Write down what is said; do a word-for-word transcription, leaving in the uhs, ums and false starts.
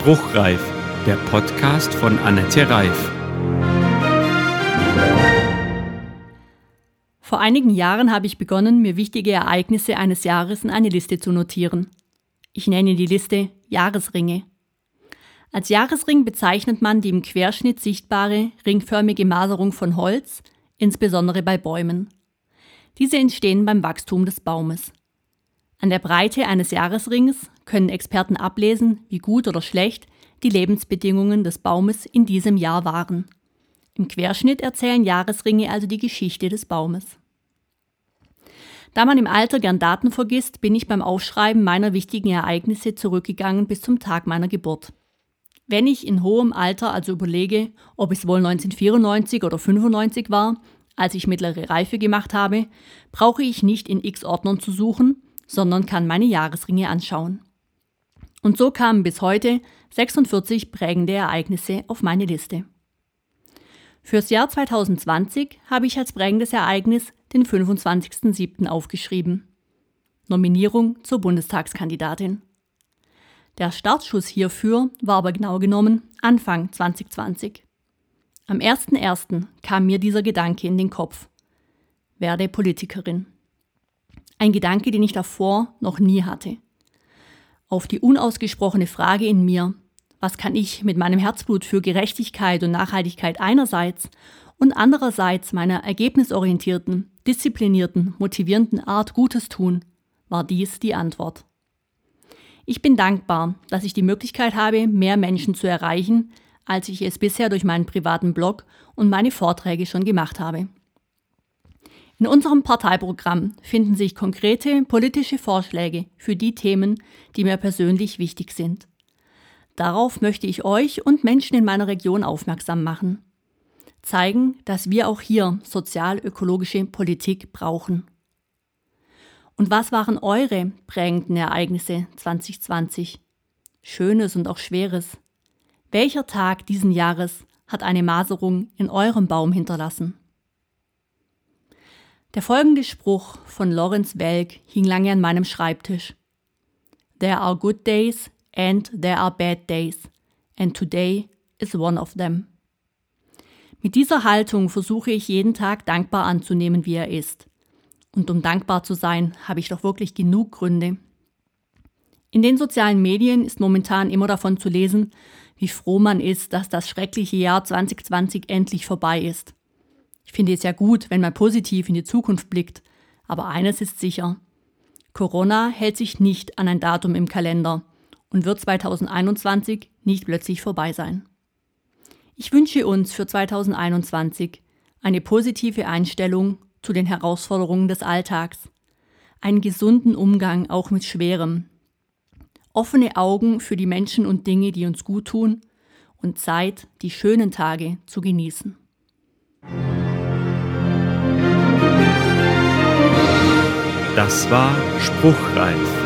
Spruchreif, der Podcast von Annette Reif. Vor einigen Jahren habe ich begonnen, mir wichtige Ereignisse eines Jahres in eine Liste zu notieren. Ich nenne die Liste Jahresringe. Als Jahresring bezeichnet man die im Querschnitt sichtbare, ringförmige Maserung von Holz, insbesondere bei Bäumen. Diese entstehen beim Wachstum des Baumes. An der Breite eines Jahresrings können Experten ablesen, wie gut oder schlecht die Lebensbedingungen des Baumes in diesem Jahr waren. Im Querschnitt erzählen Jahresringe also die Geschichte des Baumes. Da man im Alter gern Daten vergisst, bin ich beim Aufschreiben meiner wichtigen Ereignisse zurückgegangen bis zum Tag meiner Geburt. Wenn ich in hohem Alter also überlege, ob es wohl neunzehnhundertvierundneunzig oder fünfundneunzig war, als ich mittlere Reife gemacht habe, brauche ich nicht in X-Ordnern zu suchen, sondern kann meine Jahresringe anschauen. Und so kamen bis heute sechsundvierzig prägende Ereignisse auf meine Liste. Fürs Jahr zweitausendzwanzig habe ich als prägendes Ereignis den fünfundzwanzigsten siebten aufgeschrieben. Nominierung zur Bundestagskandidatin. Der Startschuss hierfür war aber genau genommen Anfang zwanzig zwanzig. Am ersten ersten kam mir dieser Gedanke in den Kopf. Werde Politikerin. Ein Gedanke, den ich davor noch nie hatte. Auf die unausgesprochene Frage in mir, was kann ich mit meinem Herzblut für Gerechtigkeit und Nachhaltigkeit einerseits und andererseits meiner ergebnisorientierten, disziplinierten, motivierenden Art Gutes tun, war dies die Antwort. Ich bin dankbar, dass ich die Möglichkeit habe, mehr Menschen zu erreichen, als ich es bisher durch meinen privaten Blog und meine Vorträge schon gemacht habe. In unserem Parteiprogramm finden sich konkrete politische Vorschläge für die Themen, die mir persönlich wichtig sind. Darauf möchte ich euch und Menschen in meiner Region aufmerksam machen. Zeigen, dass wir auch hier sozial-ökologische Politik brauchen. Und was waren eure prägenden Ereignisse zwanzig zwanzig? Schönes und auch Schweres. Welcher Tag diesen Jahres hat eine Maserung in eurem Baum hinterlassen? Der folgende Spruch von Lorenz Welk hing lange an meinem Schreibtisch. There are good days and there are bad days, and today is one of them. Mit dieser Haltung versuche ich jeden Tag dankbar anzunehmen, wie er ist. Und um dankbar zu sein, habe ich doch wirklich genug Gründe. In den sozialen Medien ist momentan immer davon zu lesen, wie froh man ist, dass das schreckliche Jahr zwanzig zwanzig endlich vorbei ist. Ich finde es ja gut, wenn man positiv in die Zukunft blickt, aber eines ist sicher. Corona hält sich nicht an ein Datum im Kalender und wird zweitausendeinundzwanzig nicht plötzlich vorbei sein. Ich wünsche uns für zweitausendeinundzwanzig eine positive Einstellung zu den Herausforderungen des Alltags, einen gesunden Umgang auch mit Schwerem, offene Augen für die Menschen und Dinge, die uns gut tun und Zeit, die schönen Tage zu genießen. Das war Spruchreif.